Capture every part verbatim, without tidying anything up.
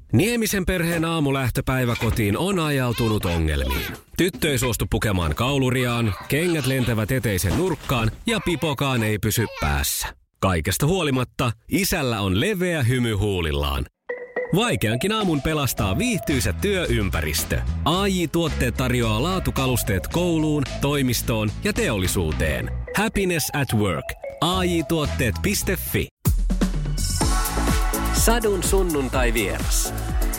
Niemisen perheen aamulähtöpäivä kotiin on ajautunut ongelmiin. Tyttö ei suostu pukemaan kauluriaan, kengät lentävät eteisen nurkkaan ja pipokaan ei pysy päässä. Kaikesta huolimatta, isällä on leveä hymy huulillaan. Vaikeankin aamun pelastaa viihtyisä työympäristö. A J-tuotteet tarjoaa laatukalusteet kouluun, toimistoon ja teollisuuteen. Happiness at work. A J tuotteet piste fi. Sadun sunnuntai vieras.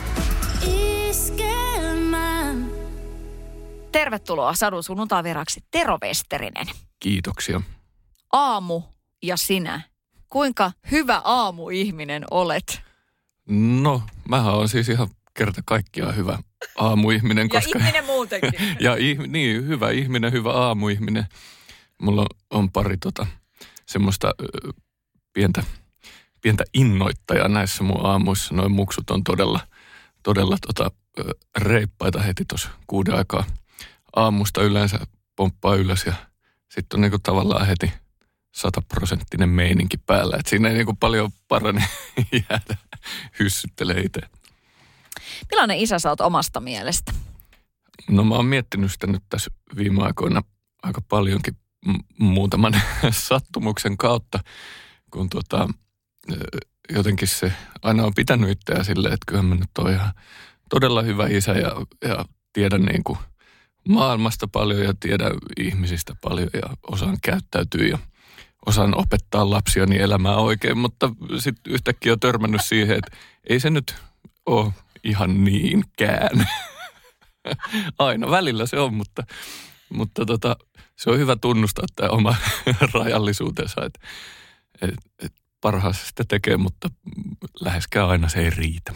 Tervetuloa Sadun sunnuntai vieraksi Tero Westerinen. Kiitoksia. Aamu ja sinä. Kuinka hyvä aamuihminen olet? No, mähän on siis ihan kerta kaikkiaan hyvä aamuihminen. Ja koska... ihminen muutenkin. ja ih... niin, hyvä ihminen, hyvä aamuihminen. Mulla on pari tota, semmoista ö, pientä, pientä innoittajaa näissä mun aamuissa. Noin muksut on todella, todella tota, ö, reippaita heti tuossa kuuden aikaa aamusta yleensä pomppaa ylös ja sitten on niinku tavallaan heti sataprosenttinen meininki päällä. Et siinä ei niinku paljon parane jäädä hyssyttelee itse. Millainen isä sä oot omasta mielestä? No mä oon miettinyt sitä nyt tässä viime aikoina aika paljonkin m- muutaman sattumuksen kautta, kun tota, jotenkin se aina on pitänyt itseään silleen, että kyllähän mä nyt oon ihan todella hyvä isä ja, ja tiedän niin kuin maailmasta paljon ja tiedän ihmisistä paljon ja osaan käyttäytyä ja osaan opettaa lapsiani elämää oikein, mutta sitten yhtäkkiä on törmännyt siihen, että ei se nyt ole ihan niinkään. Aina välillä se on, mutta, mutta tota, se on hyvä tunnustaa tämä oma rajallisuutensa, että et, et parhaansa sitä tekee, mutta läheskään aina se ei riitä.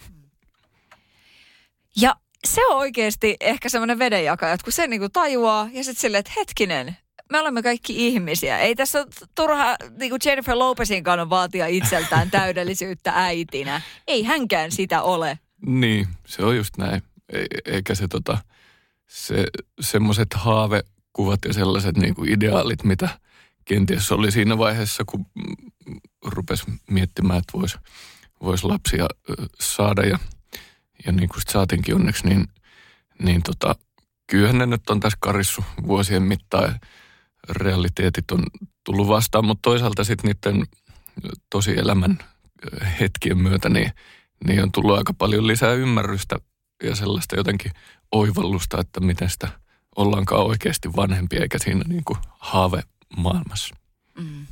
Ja se on oikeasti ehkä semmoinen vedenjakaja, että kun se niinku tajuaa ja sitten silleen, että hetkinen, me olemme kaikki ihmisiä. Ei tässä ole turha niin kuin Jennifer Lopezin kannalta vaatia itseltään täydellisyyttä äitinä. Ei hänkään sitä ole. Niin, se on just näin. E- eikä se tota, se, semmoiset haavekuvat ja sellaiset niin kuin ideaalit, mitä kenties oli siinä vaiheessa, kun rupesi miettimään, että voisi vois lapsia saada. Ja, ja niin kuin saatinkin onneksi, niin, niin tota, kyllähän ne nyt on tässä karissu vuosien mittaan. Realiteetit on tullut vastaan, mutta toisaalta sitten niiden tosielämän hetkien myötä niin, niin on tullut aika paljon lisää ymmärrystä ja sellaista jotenkin oivallusta, että miten sitä ollaankaan oikeasti vanhempia eikä siinä niin kuin haave maailmassa. Mm.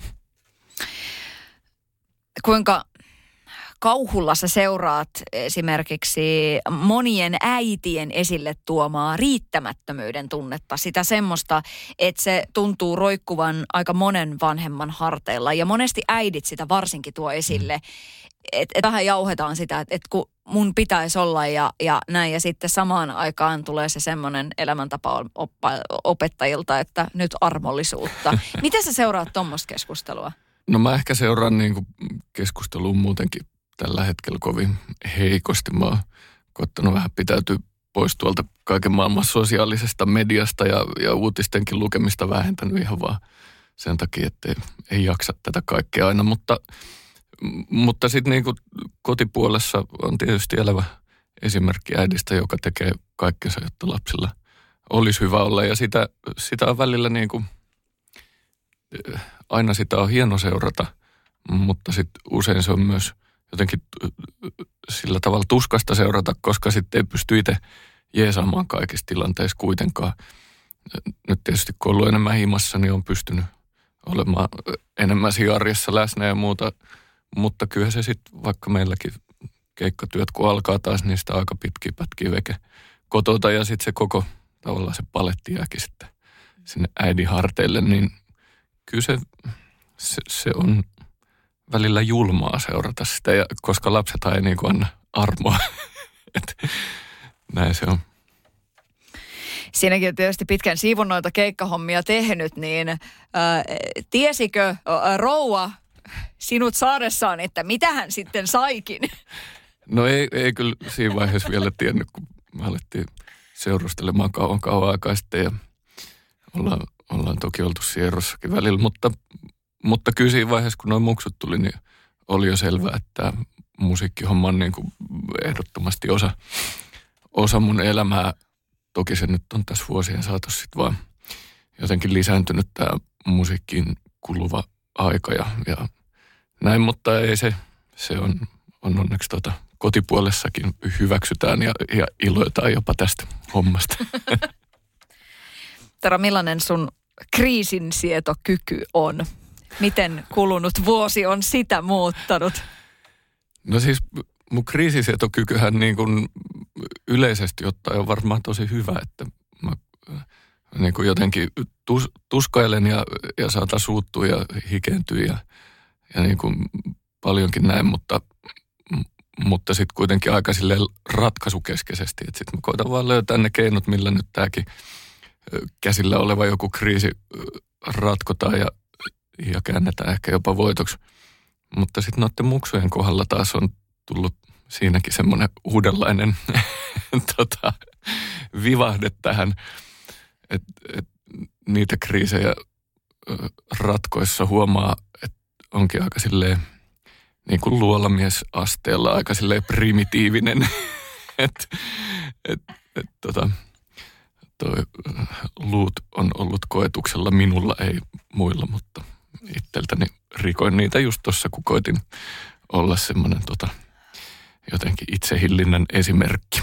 Kuinka kauhulla sä seuraat esimerkiksi monien äitien esille tuomaa riittämättömyyden tunnetta, sitä semmoista, että se tuntuu roikkuvan aika monen vanhemman harteilla ja monesti äidit sitä varsinkin tuo esille, että et vähän jauhetaan sitä, että et kun mun pitäisi olla ja, ja näin ja sitten samaan aikaan tulee se semmoinen elämäntapa oppa, opettajilta, että nyt armollisuutta. Miten sä seuraat tuommoista keskustelua? No mä ehkä seuraan niin kuin keskustelua muutenkin tällä hetkellä kovin heikosti. Mä oon koittanut vähän pitäytyä pois tuolta kaiken maailman sosiaalisesta mediasta ja, ja uutistenkin lukemista vähentänyt ihan vaan sen takia, että ei, ei jaksa tätä kaikkea aina. Mutta, mutta sitten niin kuin kotipuolessa on tietysti elävä esimerkki äidistä, joka tekee kaikkensa, jotta lapsilla olisi hyvä olla. Ja sitä, sitä on välillä niin kuin, aina sitä on hieno seurata, mutta sitten usein se on myös jotenkin sillä tavalla tuskasta seurata, koska sitten ei pysty itse jeesaamaan kaikissa tilanteissa kuitenkaan. Nyt tietysti kun on ollut enemmän himassa, niin on pystynyt olemaan enemmän siinä arjessa läsnä ja muuta. Mutta kyllä se sitten, vaikka meilläkin keikkatyöt kun alkaa taas, niin sitä aika pitkiä pätkiä veke kotota ja sitten se koko tavallaan se paletti jääkin sitten sinne äidin harteille, niin kyllä se, se, se on välillä julmaa seurata sitä, ja koska lapset ei niin kuin anna armoa. Et, näin se on. Siinäkin on tietysti pitkän siivun noita keikkahommia tehnyt, niin ää, tiesikö ää, rouva sinut saadessaan, että mitä hän sitten saikin? No ei, ei kyllä siinä vaiheessa vielä tiennyt, kun me alettiin seurustelemaan kauan kauan aikaa sitten ja ollaan, ollaan toki oltu sierrossakin välillä, mutta, mutta kyllä siinä vaiheessa, kun noin muksut tuli, niin oli jo selvää, että musiikkihomma on niin kuin ehdottomasti osa, osa mun elämää. Toki se nyt on tässä vuosien saatossa sitten vaan jotenkin lisääntynyt tämä musiikkiin kuluva aika ja, ja näin, mutta ei se, se on, on onneksi tota, kotipuolessakin hyväksytään ja, ja iloitaan jopa tästä hommasta. Tara, millainen sun kriisinsietokyky on? Miten kulunut vuosi on sitä muuttanut? No siis mun kriisinsietokykyhän niin kuin yleisesti ottaen on varmaan tosi hyvä, että mä niin kuin jotenkin tus, tuskailen ja, ja saatan suuttua ja hikentyä ja, ja niin kuin paljonkin näin, mutta, mutta sitten kuitenkin aika silleen ratkaisukeskeisesti. Että sitten mä koitan vaan löytää ne keinot, millä nyt tämäkin käsillä oleva joku kriisi ratkotaan ja, ja käännetään ehkä jopa voitoksi. Mutta sitten noiden muksujen kohdalla taas on tullut siinäkin semmoinen uudenlainen tota, vivahde tähän, että et niitä kriisejä ratkoissa huomaa, että onkin aika silleen niin kuin luolamiesasteella aika silleen primitiivinen, että et, et, tota, toi luut on ollut koetuksella minulla, ei muilla, mutta itseltäni rikoin niitä just tuossa, kun koitin olla semmoinen tota, jotenkin itsehillinnän esimerkki.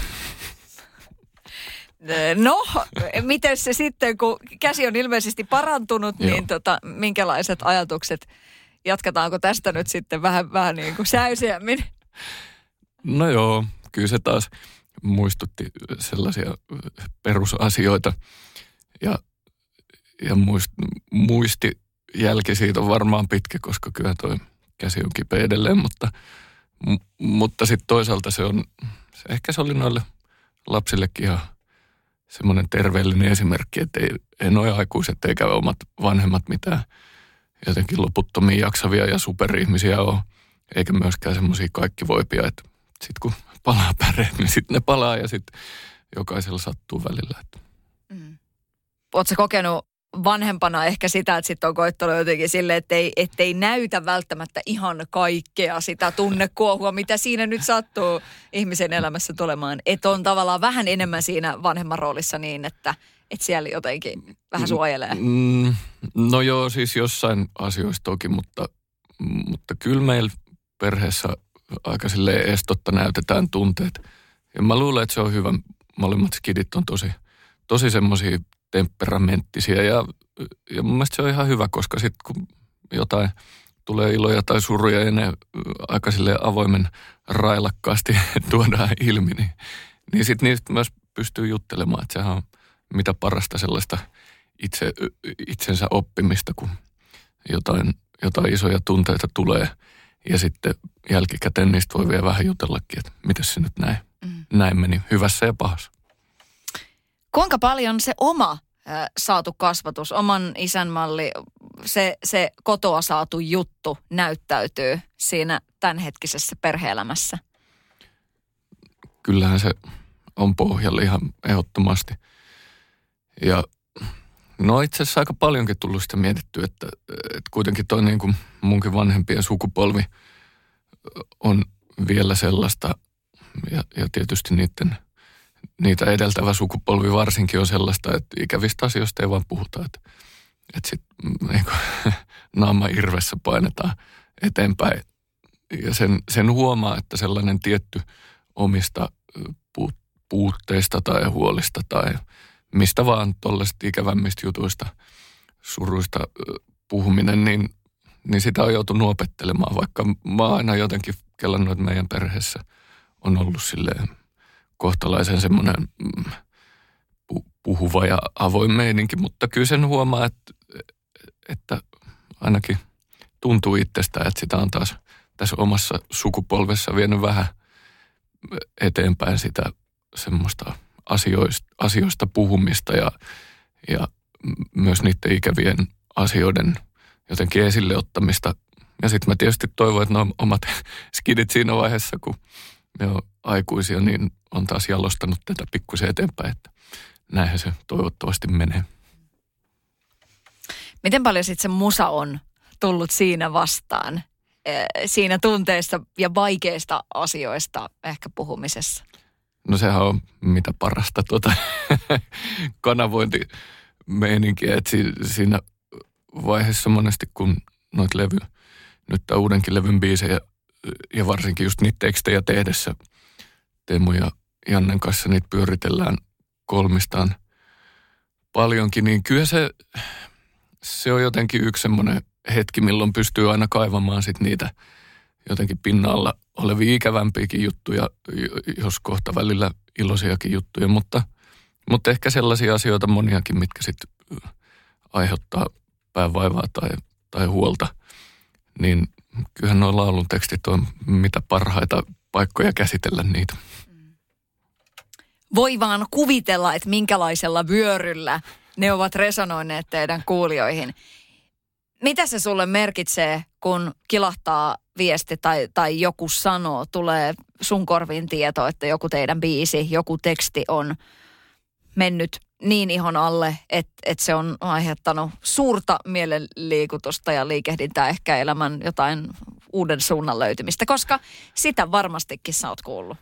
No, miten se sitten, kun käsi on ilmeisesti parantunut, Joo. niin tota, minkälaiset ajatukset, jatketaanko tästä nyt sitten vähän, vähän niin kuin säyseämmin? No joo, kyllä se taas muistutti sellaisia perusasioita ja, ja muist, muistijälki siitä on varmaan pitkä, koska kyllä toi käsi on kipeä edelleen, mutta, mutta sitten toisaalta se on, se, ehkä se oli noille lapsillekin ihan semmoinen terveellinen esimerkki, että ei, ei noi aikuiset eikä omat vanhemmat mitään jotenkin loputtomia jaksavia ja superihmisiä ole, eikä myöskään semmoisia kaikkivoipia, että sitten kun palaa päreet, niin sitten ne palaa ja sitten jokaisella sattuu välillä. Mm. Oletko kokenut vanhempana ehkä sitä, että sitten on koittanut jotenkin silleen, että ei, ettei näytä välttämättä ihan kaikkea sitä tunnekuohua, mitä siinä nyt sattuu ihmisen elämässä tulemaan. Että on tavallaan vähän enemmän siinä vanhemman roolissa niin, että, että siellä jotenkin vähän suojelee. Mm, no joo, siis jossain asioissa toki, mutta, mutta kyllä meillä perheessä aika silleen estotta näytetään tunteet. Ja mä luulen, että se on hyvä. Molemmat skidit on tosi, tosi semmoisia temperamenttisia ja, ja mun mielestä se on ihan hyvä, koska sitten kun jotain tulee iloja tai suruja ja ne aika silleen avoimen railakkaasti tuodaan ilmi, niin, niin sitten niistä myös pystyy juttelemaan, että sehän on mitä parasta sellaista itse, itsensä oppimista, kun jotain, jotain isoja tunteita tulee ja sitten jälkikäteen niistä voi vielä vähän jutellakin, että miten se nyt näin, mm. näin meni hyvässä ja pahassa. Kuinka paljon se oma äh, saatu kasvatus, oman isänmalli, se, se kotoa saatu juttu näyttäytyy siinä tämänhetkisessä perhe-elämässä? Kyllähän se on pohjalla ihan ehdottomasti. Ja no itse asiassa aika paljonkin tullut sitä mietittyä, että, että kuitenkin toi niin kuin munkin vanhempien sukupolvi on vielä sellaista ja, ja tietysti niiden... Niitä edeltävä sukupolvi varsinkin on sellaista, että ikävistä asioista ei vaan puhuta. Että, että sitten niin naama irvessä painetaan eteenpäin. Ja sen, sen huomaa, että sellainen tietty omista puutteista tai huolista tai mistä vaan tuollaisista ikävämmistä jutuista, suruista puhuminen, niin, niin sitä on joutunut opettelemaan. Vaikka mä oon aina jotenkin kellannut, että meidän perheessä on ollut silleen kohtalaisen semmoinen puhuva ja avoin meininki, mutta kyllä sen huomaa, että, että ainakin tuntuu itsestään, että sitä on taas tässä omassa sukupolvessa vienyt vähän eteenpäin sitä semmoista asioista, asioista puhumista ja, ja myös niiden ikävien asioiden jotenkin esille ottamista. Ja sitten mä tietysti toivon, että ne omat skidit siinä vaiheessa, kun me on aikuisia, niin on taas jalostanut tätä pikkusen eteenpäin, että näinhän se toivottavasti menee. Miten paljon sitten se musa on tullut siinä vastaan? siinä tunteista ja vaikeista asioista ehkä puhumisessa? No sehän on mitä parasta tuota kanavointimeininkiä, että siinä vaiheessa monesti kun noita levy, nyt tämän uudenkin levyn biisejä ja varsinkin just niitä tekstejä tehdessä Teemu ja Jannen kanssa niitä pyöritellään kolmistaan paljonkin, niin kyllä se, se on jotenkin yksi semmoinen hetki, milloin pystyy aina kaivamaan sit niitä jotenkin pinnalla olevia ikävämpiäkin juttuja, jos kohta välillä iloisiakin juttuja, mutta, mutta ehkä sellaisia asioita moniakin, mitkä sitten aiheuttaa päävaivaa tai, tai huolta, niin kyllähän nuo laulun tekstit on mitä parhaita paikkoja käsitellä niitä. Voi vaan kuvitella, että minkälaisella vyöryllä ne ovat resonoineet teidän kuulijoihin. Mitä se sulle merkitsee, kun kilahtaa viesti tai, tai joku sanoo, tulee sun korviin tieto, että joku teidän biisi, joku teksti on mennyt niin ihon alle, että, että se on aiheuttanut suurta mielenliikutusta ja liikehdintää, ehkä elämän jotain uuden suunnan löytymistä, koska sitä varmastikin sä oot kuullut.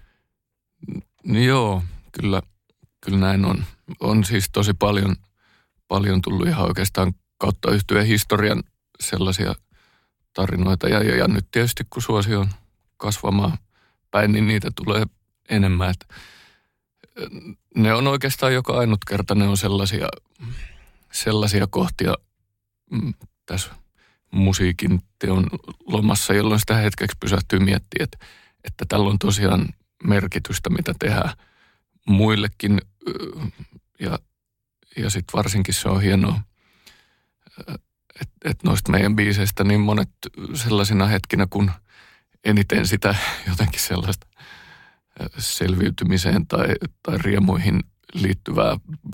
No joo, kyllä, kyllä näin on. On siis tosi paljon, paljon tullut ihan oikeastaan kautta yhtyeen historian sellaisia tarinoita. Ja, ja, ja nyt tietysti kun suosio on kasvamaan päin, niin niitä tulee enemmän. Et ne on oikeastaan joka ainut kerta, ne on sellaisia, sellaisia kohtia tässä musiikin teon lomassa, jolloin sitä hetkeksi pysähtyy miettimään, että, että tällä on tosiaan merkitystä, mitä tehdään muillekin. Ja, ja sitten varsinkin se on hienoa, että et noista meidän biiseistä niin monet sellaisina hetkinä, kun eniten sitä jotenkin sellaista selviytymiseen tai, tai riemuihin liittyvää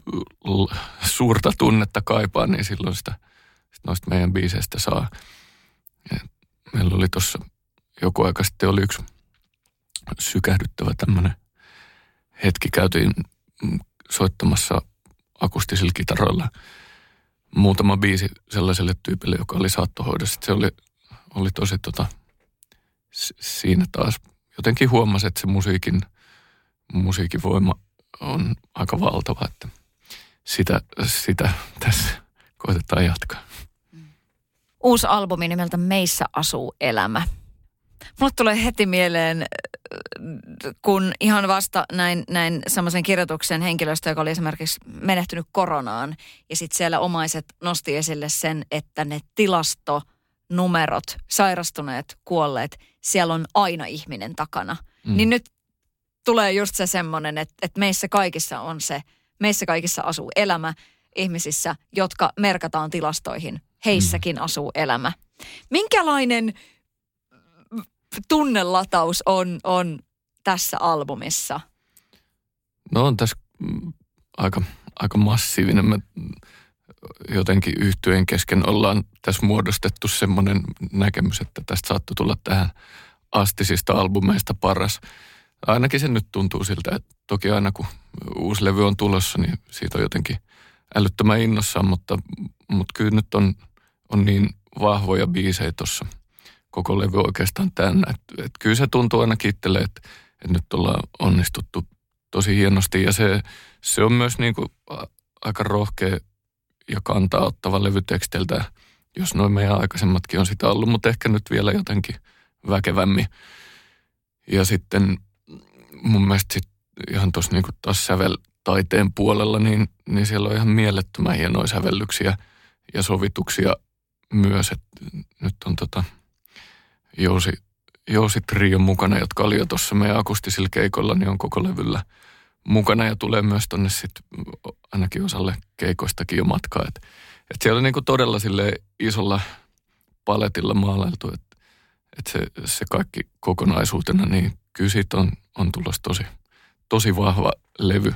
suurta tunnetta kaipaa, niin silloin sitä sit noista meidän biiseistä saa. Ja meillä oli tuossa joku aika sitten oli yksi sykähdyttävä tämmöinen hetki. Käytiin soittamassa akustisilla kitaroilla muutama biisi sellaiselle tyypille, joka oli saattohoidossa. Se oli, oli tosi tota, siinä taas jotenkin huomasi, että se musiikin, musiikin voima on aika valtava, että sitä, sitä tässä koitetaan jatkaa. Uusi albumi nimeltä Meissä asuu elämä. Mulle tulee heti mieleen, kun ihan vasta näin, näin semmoisen kirjoituksen henkilöstä, joka oli esimerkiksi menehtynyt koronaan. Ja sitten siellä omaiset nosti esille sen, että ne tilastonumerot, sairastuneet, kuolleet, siellä on aina ihminen takana. Mm. Niin nyt tulee just se semmoinen, että, että meissä kaikissa on se, meissä kaikissa asuu elämä ihmisissä, jotka merkataan tilastoihin. Heissäkin mm. asuu elämä. Minkälainen tunnelataus on, on tässä albumissa? No on tässä aika, aika massiivinen. Me jotenkin yhtyeen kesken ollaan tässä muodostettu semmoinen näkemys, että tästä saattoi tulla tähän astisista albumeista paras. Ainakin se nyt tuntuu siltä, että toki aina kun uusi levy on tulossa, niin siitä on jotenkin älyttömän innossaan, mutta, mutta kyllä nyt on, on niin vahvoja biisejä tuossa koko levy oikeastaan täynnä. Että, että kyllä se tuntuu ainakin itselle, että, että nyt ollaan onnistuttu tosi hienosti ja se, se on myös niin kuin aika rohkea ja kantaa ottava levytekstiltä, jos noin meidän aikaisemmatkin on sitä ollut, mutta ehkä nyt vielä jotenkin väkevämmin. Ja sitten mun mielestä sit ihan tuossa niinku taas säveltaiteen puolella, niin, niin siellä on ihan mielettömän hienoja sävellyksiä ja sovituksia myös. Et nyt on tota Jousi, Jousi Trio mukana, jotka oli jo tuossa meidän akustisilla keikoilla, niin on koko levyllä mukana ja tulee myös tonne sitten ainakin osalle keikoistakin jo matkaa. Et, et siellä on niinku todella sille isolla paletilla maalailtu, että et se, se kaikki kokonaisuutena, niin kyllä siitä on, on tulossa tosi, tosi vahva levy.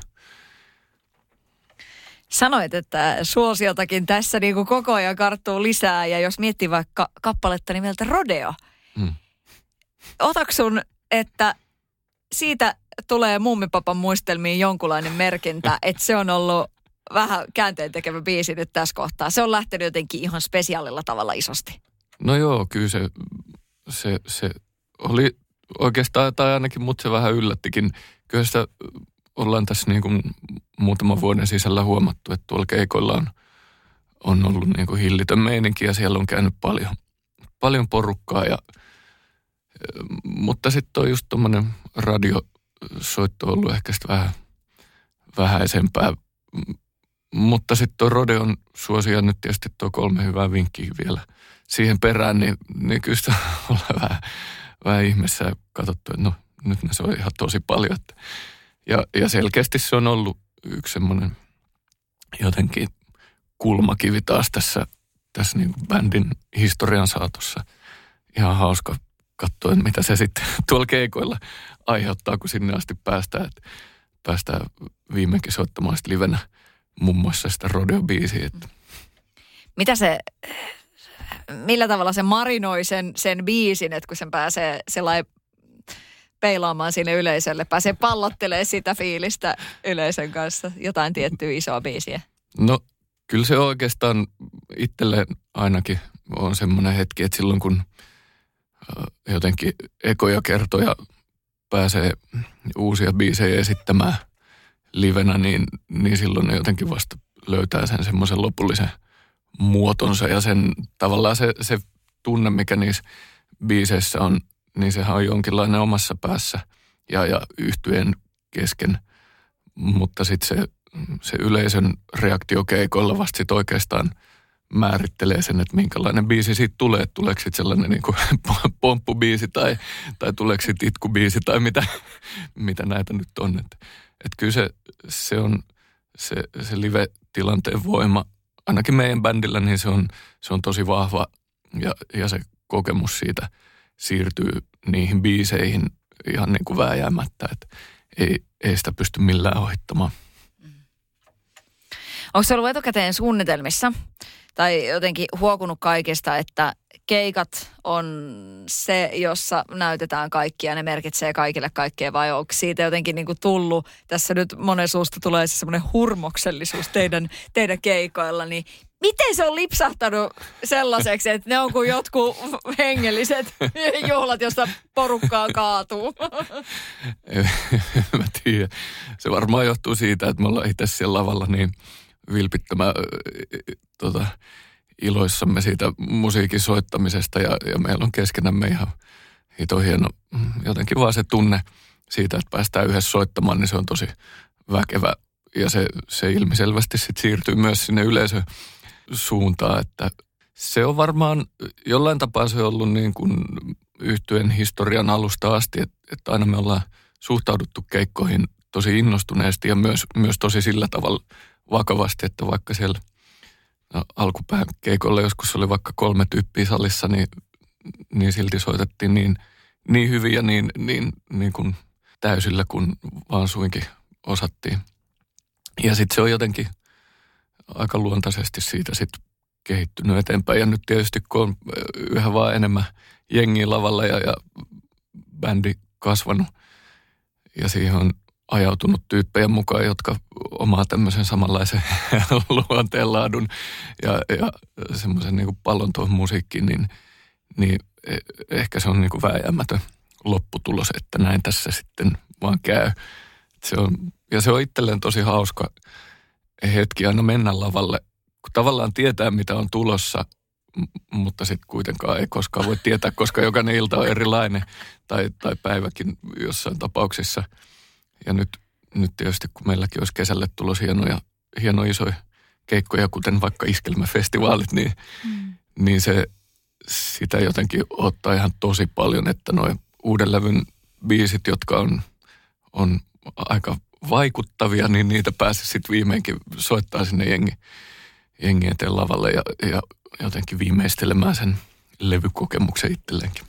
Sanoit, että suosiotakin tässä niinku koko ajan karttuu lisää ja jos miettii vaikka kappaletta nimeltä Rodeo. Hmm. Otatko sun, että siitä tulee Mummipapan muistelmiin jonkunlainen merkintä, että se on ollut vähän käänteen tekevä biisi nyt tässä kohtaa. Se on lähtenyt jotenkin ihan spesiaalilla tavalla isosti. No joo, kyllä se, se, se oli oikeastaan, tai ainakin mut se vähän yllättikin. Kyllä sitä ollaan tässä niin kuin muutaman vuoden sisällä huomattu, että tuolla keikoilla on, on ollut niin kuin hillitön meininki ja siellä on käynyt paljon, paljon porukkaa. Ja, mutta sitten on just tuommoinen radiosoitto ollut ehkä sitten vähän vähäisempää. Mutta sitten tuo Rodeon suosi ja nyt tietysti tuo kolme hyvää vinkkiä vielä siihen perään, niin, niin kyllä sitä ollaan vähän, vähän ihmeessä ja katsottu, että no nyt ne soi ihan tosi paljon. Että, ja, ja selkeästi se on ollut yksi semmoinen jotenkin kulmakivi taas tässä, tässä niin kuin bändin historian saatossa. Ihan hauska katsoa, että mitä se sitten tuolla keikoilla aiheuttaa, kun sinne asti päästään. Että päästään viimeinkin soittamaan sitten livenä muun muassa sitä Rodeo-biisiä. Että. Mitä se, millä tavalla se marinoi sen, sen biisin, että kun sen pääsee sellainen peilaamaan sinne yleisölle, pääsee pallottelemaan sitä fiilistä yleisön kanssa, jotain tiettyä isoa biisiä? No kyllä se oikeastaan itselleen ainakin on semmoinen hetki, että silloin kun jotenkin ekoja kertoja pääsee uusia biisejä esittämään livenä, niin, niin silloin ne jotenkin vasta löytää sen semmoisen lopullisen muotonsa ja sen tavallaan se, se tunne, mikä niissä biiseissä on, niin sehän on jonkinlainen omassa päässä ja, ja yhtyeen kesken, mutta sitten se, se yleisön reaktio keikoilla vasta sit oikeastaan määrittelee sen, että minkälainen biisi siitä tulee, että tuleeko sitten sellainen niin kuin pomppubiisi tai, tai tuleeko sitten itkubiisi tai mitä, mitä näitä nyt on. Että et kyllä se, se on se, se live-tilanteen voima, ainakin meidän bändillä, niin se on, se on tosi vahva ja, ja se kokemus siitä siirtyy niihin biiseihin ihan niin kuin vääjäämättä, että ei, ei sitä pysty millään ohittamaan. Onko se ollut etukäteen suunnitelmissa tai jotenkin huokunut kaikesta, että keikat on se, jossa näytetään kaikkia, ne merkitsee kaikille kaikkea, vai onko siitä jotenkin niin kuin tullut, tässä nyt monen suusta tulee se semmoinen hurmoksellisuus teidän, teidän keikoilla, niin miten se on lipsahtanut sellaiseksi, että ne on kuin jotkut hengelliset juhlat, josta porukkaa kaatuu? Mä tiedän. Se varmaan johtuu siitä, että me ollaan itse siellä lavalla niin vilpittömän tota, iloissamme siitä musiikin soittamisesta ja, ja meillä on keskenämme ihan hito hieno jotenkin vaan se tunne siitä, että päästään yhdessä soittamaan, niin se on tosi väkevä ja se, se ilmiselvästi sitten siirtyy myös sinne yleisön suuntaan, että se on varmaan jollain tapaa se on ollut niin kuin yhtyeen historian alusta asti, että, että aina me ollaan suhtauduttu keikkoihin tosi innostuneesti ja myös, myös tosi sillä tavalla vakavasti, että vaikka siellä no, alkupään keikolla joskus oli vaikka kolme tyyppiä salissa, niin, niin silti soitettiin niin, niin hyvin ja niin, niin, niin kuin täysillä, kun vaan suinkin osattiin. Ja sitten se on jotenkin aika luontaisesti siitä sitten kehittynyt eteenpäin. Ja nyt tietysti kun on yhä vaan enemmän jengiä lavalla ja, ja bändi kasvanut ja siihen on ajautunut tyyppejä mukaan, jotka omaa tämmöisen samanlaisen luonteenlaadun ja, ja semmoisen niin kuin pallon tuohon musiikkiin, niin, niin ehkä se on niin kuin vääjäämätön lopputulos, että näin tässä sitten vaan käy. Se on, ja se on itselleen tosi hauska hetki aina mennä lavalle, kun tavallaan tietää, mitä on tulossa, mutta sitten kuitenkaan ei koskaan voi tietää, koska jokainen ilta on erilainen tai, tai päiväkin jossain tapauksissa. Ja nyt, nyt tietysti, kun meilläkin olisi kesälle tulossa hienoja, hienoja isoja keikkoja, kuten vaikka iskelmäfestivaalit, niin, mm. niin se sitä jotenkin ottaa ihan tosi paljon, että nuo uuden levyn biisit, jotka on, on aika vaikuttavia, niin niitä pääsisi sitten viimeinkin soittaa sinne jengi, jengi eteen lavalle ja, ja jotenkin viimeistelemään sen levykokemuksen itselleenkin.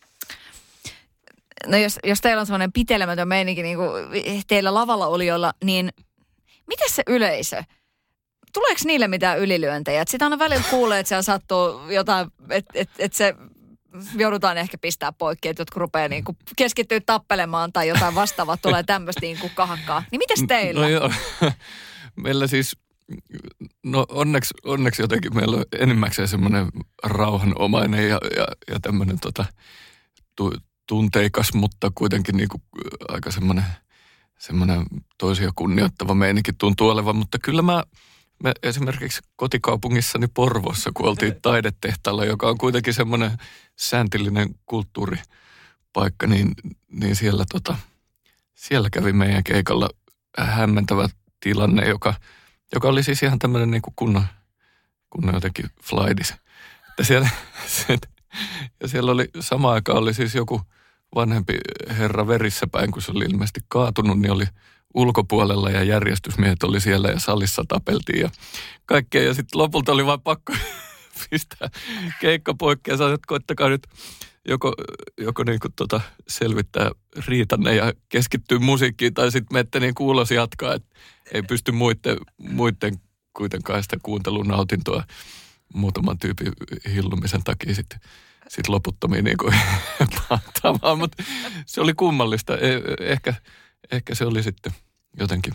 No jos, jos teillä on semmoinen pitelemätön meininki, niin kuin teillä lavalla olijoilla, niin miten se yleisö? Tuleeko niille mitään ylilyöntejä? Sitä aina välillä kuulee, että siellä sattuu jotain, että et, et se joudutaan ehkä pistää poikki, että jotkut rupeaa niin kuin keskittyä tappelemaan tai jotain vastaavaa, tulee tämmöistä niin kuin kahakkaa. Niin mites teillä? No joo, meillä siis, no onneksi, onneksi jotenkin meillä on enimmäkseen semmoinen rauhanomainen ja, ja, ja tämmöinen tota, tu, tunteikas, mutta kuitenkin niin kuin aika semmoinen, semmoinen toisia kunnioittava meininki tuntuu olevan. Mutta kyllä mä, mä esimerkiksi kotikaupungissani Porvoossa, kun oltiin taidetehtaalla, joka on kuitenkin semmoinen sääntillinen kulttuuripaikka, niin, niin siellä, tota, siellä kävi meidän keikalla hämmentävä tilanne, joka, joka oli siis ihan tämmöinen niin kuin kunnon, kunnon jotenkin flaidis. Että siellä, ja siellä oli samaan aikaan oli siis joku vanhempi herra verissä päin, kun se oli ilmeisesti kaatunut, niin oli ulkopuolella ja järjestysmiehet oli siellä ja salissa tapeltiin ja kaikkea. Ja sitten lopulta oli vain pakko pistää keikka poikki ja sanoa, että koittakaa nyt joko, joko niin kuin tota selvittää riitanne ja keskittyy musiikkiin tai sitten menette niin kuulos jatkaa, että ei pysty muiden, muiden kuitenkaan sitä kuuntelun nautintoa muutaman tyypin hillumisen takia sitten sit loputtomiin niin kuin pantamaan, mutta se oli kummallista. Ehkä, ehkä se oli sitten jotenkin,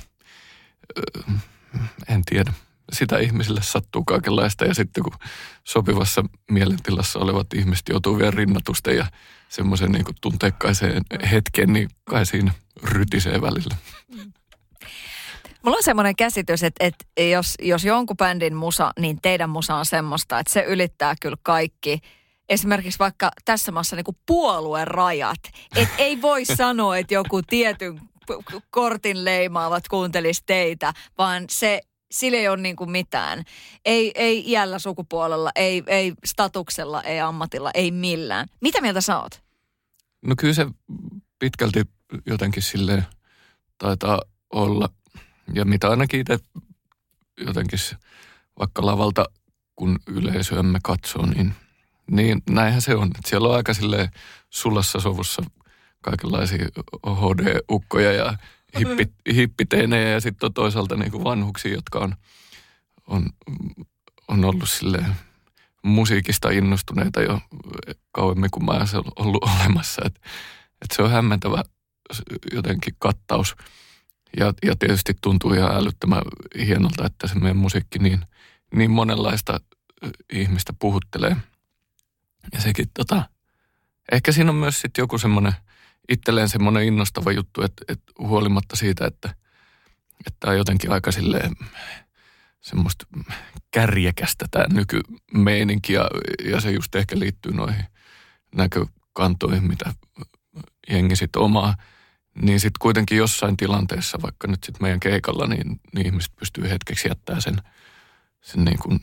en tiedä, sitä ihmisille sattuu kaikenlaista ja sitten kun sopivassa mielentilassa olevat ihmiset joutuu vielä rinnatusten ja semmoisen niin kuin tunteikkaiseen hetkeen, niin kai siinä rytisee välillä. Mulla on semmoinen käsitys, että, että jos, jos jonkun bändin musa, niin teidän musa on semmoista, että se ylittää kyllä kaikki. Esimerkiksi vaikka tässä maassa niin kuin puolueen rajat. Että ei voi sanoa, että joku tietyn kortin leimaavat kuuntelisi teitä, vaan se, sillä ei ole niin kuin mitään. Ei, ei iällä, sukupuolella, ei, ei statuksella, ei ammatilla, ei millään. Mitä mieltä sä oot? No kyllä se pitkälti jotenkin silleen taitaa olla. Ja mitä ainakin itse jotenkin vaikka lavalta, kun yleisöämme katsoo, niin, niin näinhän se on. Että siellä on aika silleen sulassa sovussa kaikenlaisia H D-ukkoja ja hippi, hippiteinejä ja sitten on toisaalta niin kuin vanhuksia, jotka on, on, on ollut silleen musiikista innostuneita jo kauemmin kuin mä olen ollut olemassa. Että et se on hämmentävä jotenkin kattaus. Ja, ja tietysti tuntuu ihan älyttömän hienolta, että se meidän musiikki niin, niin monenlaista ihmistä puhuttelee. Ja sekin tota, ehkä siinä on myös sitten joku semmoinen, itselleen semmoinen innostava juttu, että, että huolimatta siitä, että, että on jotenkin aika silleen semmoista kärjekästä tämä nykymeininki ja, ja se just ehkä liittyy noihin näkökantoihin, mitä jengi sitten omaa. Niin sitten kuitenkin jossain tilanteessa, vaikka nyt sitten meidän keikalla, niin, niin ihmiset pystyy hetkeksi jättämään sen, sen niin kuin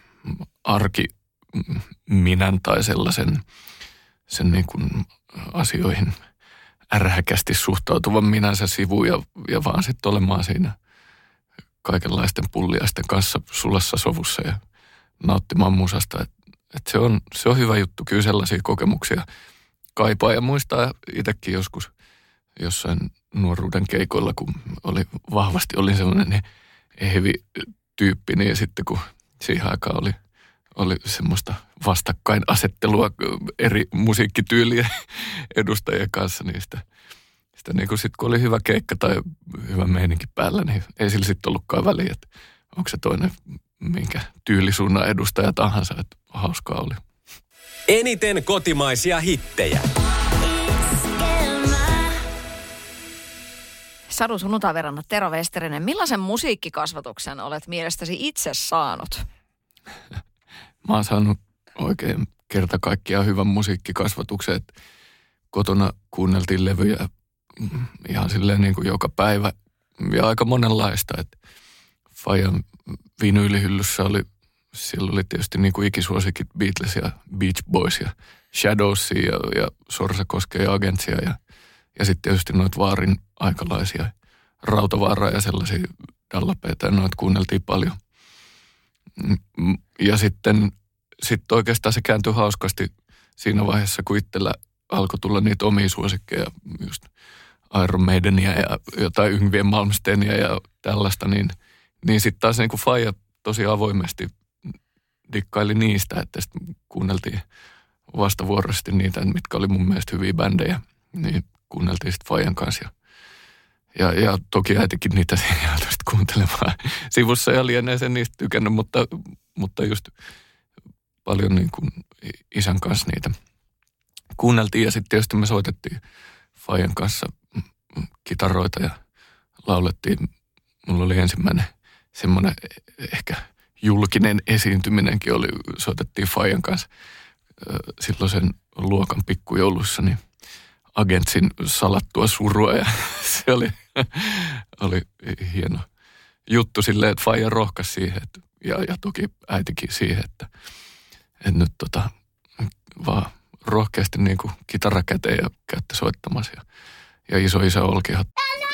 arkiminän tai sellaisen sen niin kuin asioihin ärhäkästi suhtautuvan minänsä sivuun ja, ja vaan sitten olemaan siinä kaikenlaisten pulliaisten kanssa sulassa sovussa ja nauttimaan musasta. Et, et se, on, se on hyvä juttu, kyllä sellaisia kokemuksia kaipaa ja muistaa itsekin joskus jossain nuoruuden keikoilla, kun oli, vahvasti olin semmoinen heavy tyyppi, niin sitten kun siihen aikaan oli, oli semmoista vastakkainasettelua eri musiikkityyliä edustajien kanssa, niin sitä, sitä niin kuin sitten kun oli hyvä keikka tai hyvä meininki päällä, niin ei sillä sitten ollutkaan väliä, että onko se toinen minkä tyylisuunnan edustaja tahansa, että hauskaa oli. Eniten kotimaisia hittejä. Sadu Sunnuntai-verranna Tero Westerinen, millaisen musiikkikasvatuksen olet mielestäsi itse saanut? Mä oon saanut oikein kerta kaikkiaan hyvän musiikkikasvatuksen, että kotona kuunneltiin levyjä ihan silleen niin kuin joka päivä ja aika monenlaista, että Fajan vinyylihyllyssä oli, siellä oli tietysti niin kuin ikisuosikit Beatles ja Beach Boys ja Shadowsia ja, ja Sorsakoskea ja Agentsia ja Ja sitten tietysti noita Vaarin aikalaisia Rautavaaraa ja sellaisia dallapeita, ja noita kuunneltiin paljon. Ja sitten sit oikeastaan se kääntyi hauskasti siinä vaiheessa, kun itsellä alkoi tulla niitä omia suosikkeja, just Iron Maidenia ja jotain Yngvien Malmsteenia ja tällaista, niin, niin sitten taas niin kuin faija tosi avoimesti dikkaili niistä, että sitten kuunneltiin vastavuoroisesti niitä, mitkä oli mun mielestä hyviä bändejä, niin kuunneltiin sitten faijan kanssa. Ja, ja, ja toki äitikin niitä joutui kuuntelemaan sivussa ja lienee sen niistä tykännyt, mutta, mutta just paljon niin kuin isän kanssa niitä kuunneltiin ja sitten tietysti me soitettiin Fajan kanssa kitaroita ja laulettiin. Mulla oli ensimmäinen semmoinen ehkä julkinen esiintyminenkin oli, soitettiin Fajan kanssa silloin sen luokan pikkujoulussa, niin Agentsin salattua surua ja se oli, oli hieno juttu silleen, että Faija rohkasi siihen että, ja, ja toki äitikin siihen, että, että nyt tota, vaan rohkeasti niin kuin kitara käteen ja käytte soittamassa ja, ja iso isä Olkihan.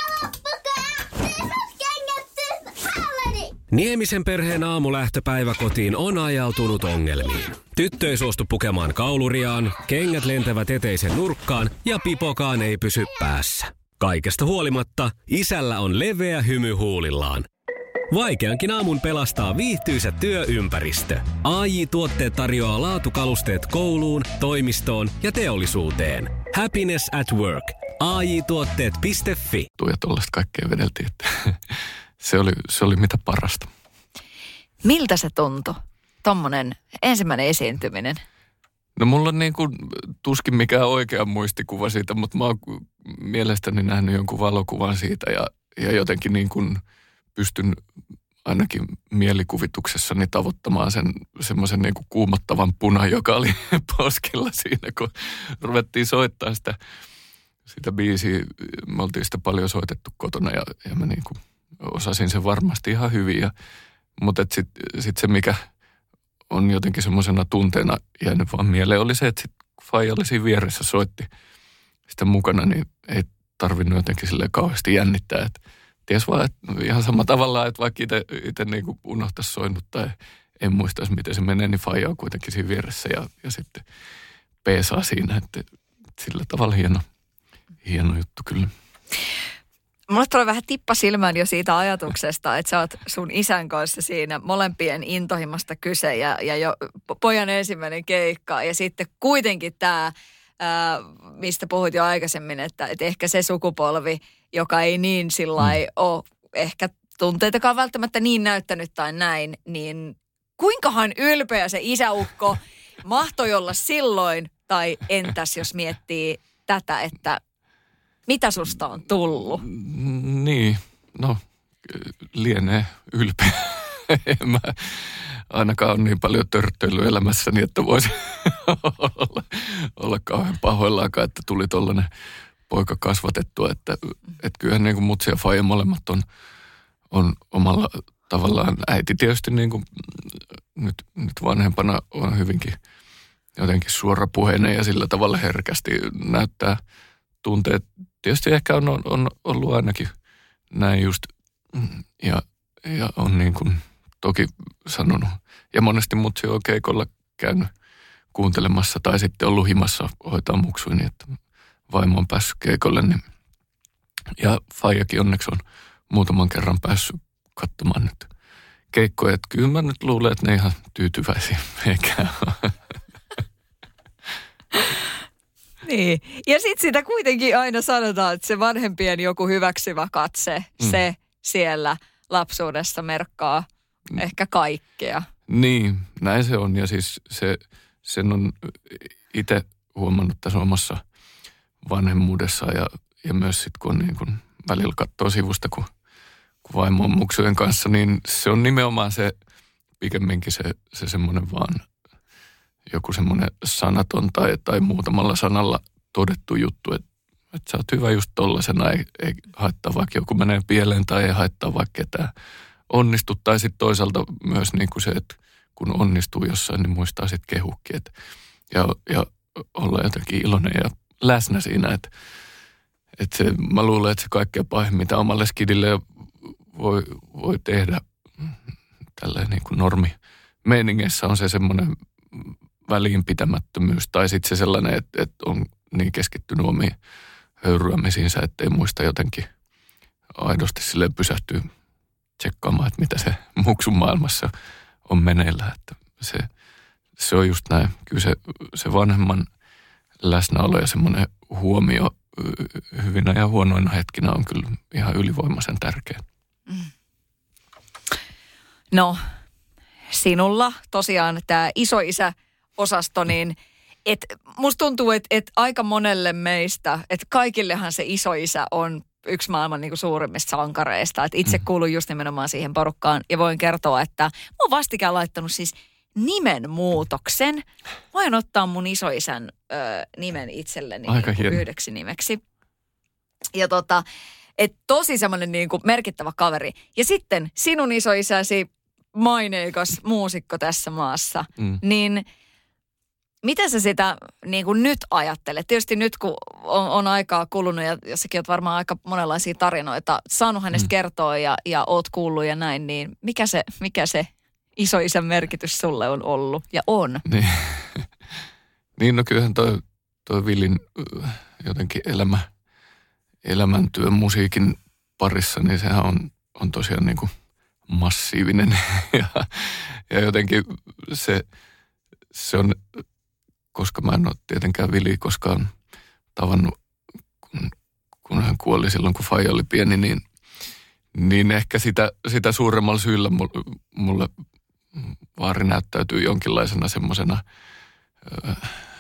Niemisen perheen aamulähtöpäivä kotiin on ajautunut ongelmiin. Tyttö ei suostu pukemaan kauluriaan, kengät lentävät eteisen nurkkaan ja pipokaan ei pysy päässä. Kaikesta huolimatta, isällä on leveä hymy huulillaan. Vaikeankin aamun pelastaa viihtyisä työympäristö. A J-tuotteet tarjoaa laatukalusteet kouluun, toimistoon ja teollisuuteen. Happiness at work. A J tuotteet piste fi. Ja tollaista kaikkea vedeltiin, että se oli, se oli mitä parasta. Miltä se tuntui, tommonen ensimmäinen esiintyminen? No mulla on niin kuin tuskin mikään oikea muistikuva siitä, mutta mä oon mielestäni nähnyt jonkun valokuvan siitä ja, ja jotenkin niin kuin pystyn ainakin mielikuvituksessani tavoittamaan sen semmoisen niin kuin kuumottavan punan, joka oli poskella siinä, kun ruvettiin soittaa sitä, sitä biisiä. Me oltiin sitä paljon soitettu kotona ja, ja mä niin kuin osasin sen varmasti ihan hyvin. Ja, mutta sitten sit se, mikä on jotenkin semmoisena tunteena jäänyt vaan mieleen, oli se, että sitten kun Faija oli siinä vieressä soitti sitä mukana, niin ei tarvinnut jotenkin silleen kauheasti jännittää, että ties vaan, että ihan sama tavalla, että vaikka itse niin unohtaisi soinut tai en muistaisi, miten se menee, niin Faija on kuitenkin siinä vieressä ja, ja sitten peesaa siinä, että sillä tavalla hieno, hieno juttu kyllä. Mulle tulee vähän tippa silmään jo siitä ajatuksesta, että sä oot sun isän kanssa siinä molempien intohimosta kyse ja, ja jo pojan ensimmäinen keikka ja sitten kuitenkin tämä, mistä puhuit jo aikaisemmin, että, että ehkä se sukupolvi, joka ei niin sillai mm. ole ehkä tunteitakaan välttämättä niin näyttänyt tai näin, niin kuinkahan ylpeä se isäukko mahtoi olla silloin tai entäs jos miettii tätä, että mitä susta on tullut? Niin, no lienee ylpeä. En mä ainakaan ole niin paljon törttöilyä elämässäni, että voisi olla, olla kauhean pahoillaankaan, että tuli tollainen poika kasvatettua. Että, että kyllähän niin kuin mutsi ja faija molemmat on, on omalla tavallaan äiti tietysti niin kuin nyt, nyt vanhempana on hyvinkin jotenkin suorapuheinen ja sillä tavalla herkästi näyttää tunteet. Tietysti ehkä on, on, on ollut ainakin näin just ja, ja on niin kuin toki sanonut. Ja monesti mutsi on keikolla käynyt kuuntelemassa tai sitten ollut himassa hoitaa muksui niin, että vaimo on päässyt keikolle. Niin. Ja faijakin onneksi on muutaman kerran päässyt katsomaan nyt keikkoja. Että kyllä mä nyt luulen, että ne ihan tyytyväisiä meikään on. Niin. Ja sitten sitä kuitenkin aina sanotaan, että se vanhempien joku hyväksyvä katse, mm. se siellä lapsuudessa merkkaa ehkä kaikkea. Niin, näin se on. Ja siis se, sen on itse huomannut tässä omassa vanhemmuudessaan ja, ja myös sitten kun on niin kun välillä katsoo sivusta, kun, kun vaimo on muksujen kanssa, niin se on nimenomaan se pikemminkin se, se semmoinen vaan joku semmoinen sanaton tai, tai muutamalla sanalla todettu juttu, että, että sä oot hyvä just tollasena, ei, ei haittaa vaikka joku menee pieleen tai ei haittaa vaikka ketään onnistu. Tai sitten toisaalta myös niin kuin se, että kun onnistuu jossain, niin muistaa sitten kehukin. Että, ja, ja olla jotenkin iloinen ja läsnä siinä, että, että se, mä luulen, että se kaikkein pahin, mitä omalle skidille voi, voi tehdä tälleen niin kuin normi meiningeissä on se semmoinen väliinpitämättömyys tai sitten se sellainen, että, että on niin keskittynyt omiin höyryämisiinsä, että ei muista jotenkin aidosti silleen pysähtyä tsekkaamaan, että mitä se muksun maailmassa on meneillään. Että se, se on just näin. Kyllä se, se vanhemman läsnäolo ja semmoinen huomio hyvinä ja huonoina hetkinä on kyllä ihan ylivoimaisen tärkeä. Mm. No, sinulla tosiaan tämä isoisä osasto, niin et musta tuntuu, että, että aika monelle meistä, että kaikillehan se isoisä on yksi maailman niin kuin suurimmista sankareista. Että itse kuulun just nimenomaan siihen porukkaan ja voin kertoa, että mä oon vastikään laittanut siis nimenmuutoksen. Voin ottaa mun isoisän ö, nimen itselleni niin yhdeksi nimeksi. Ja tota, että tosi semmoinen niin kuin merkittävä kaveri. Ja sitten sinun isoisäsi maineikas muusikko tässä maassa, mm. niin miten sä sitä niin kuin nyt ajattelet? Tietysti nyt, kun on, on aikaa kulunut ja, ja säkin oot varmaan aika monenlaisia tarinoita saanut hänestä mm. kertoa ja, ja oot kuullut ja näin, niin mikä se, mikä se isoisän merkitys sulle on ollut ja on? Niin, niin no kyllähän toi, toi Villin jotenkin elämä, elämäntyö musiikin parissa, niin sehän on, on tosiaan niin kuin massiivinen ja, ja jotenkin se, se on, koska mä en ole tietenkään Vili koskaan tavannut, kun, kun hän kuoli silloin, kun faija oli pieni, niin, niin ehkä sitä, sitä suuremmalla syyllä mulle, mulle vaari näyttäytyy jonkinlaisena semmoisena äh,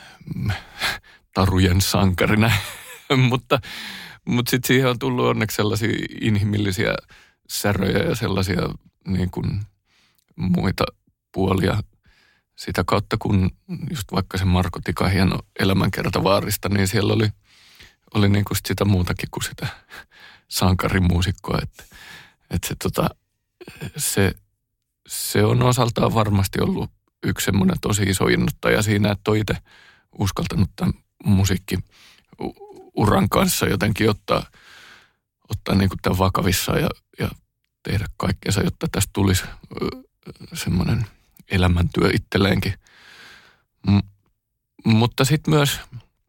tarujen sankarina, mutta, mutta sitten siihen on tullut onneksi sellaisia inhimillisiä säröjä ja sellaisia niin kuin muita puolia sitä kautta, kun just vaikka se Marko Tika hieno elämänkerta vaarista, niin siellä oli, oli niin kuin sitä muutakin kuin sitä sankarimuusikkoa. Että, että se, tota, se, se on osaltaan varmasti ollut yksi semmoinen tosi iso innoittaja siinä, että on itse uskaltanut tämän musiikkiuran kanssa jotenkin ottaa, ottaa niin kuin tämän vakavissaan ja, ja tehdä kaikkeensa, jotta tästä tulisi semmoinen elämäntyö itselleenkin. M- mutta sitten myös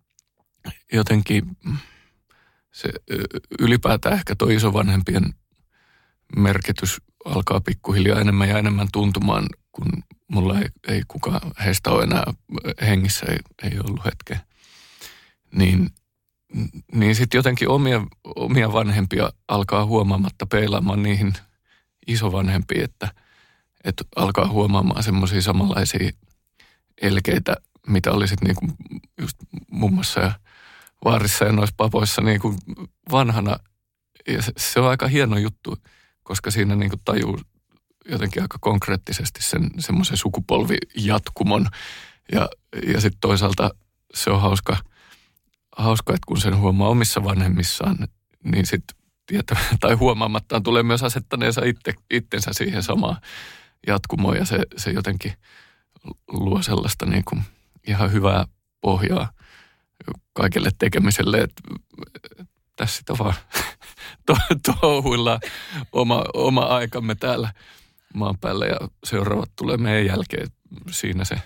jotenkin se ylipäätään ehkä tuo isovanhempien merkitys alkaa pikkuhiljaa enemmän ja enemmän tuntumaan, kun mulla ei, ei kukaan heistä ole enää hengissä, ei, ei ollut hetkeä. Niin, niin sitten jotenkin omia, omia vanhempia alkaa huomaamatta peilaamaan niihin isovanhempiin, että että alkaa huomaamaan semmoisia samanlaisia elkeitä, mitä oli sitten niinku just mummassa ja vaarissa ja noissa papoissa niinku vanhana. Ja se, se on aika hieno juttu, koska siinä niinku tajuu jotenkin aika konkreettisesti sen semmoisen sukupolvijatkumon. Ja, ja sitten toisaalta se on hauska, hauska, että kun sen huomaa omissa vanhemmissaan, niin sitten tietä, tai huomaamattaan tulee myös asettaneensa itse, itsensä siihen samaan jatkumoon ja se, se jotenkin luo sellaista niin kuin ihan hyvää pohjaa kaikelle tekemiselle, että tässä sitä vaan to, touhuillaan oma, oma aikamme täällä maan päällä ja seuraavat tulee meidän jälkeen. Siinä se.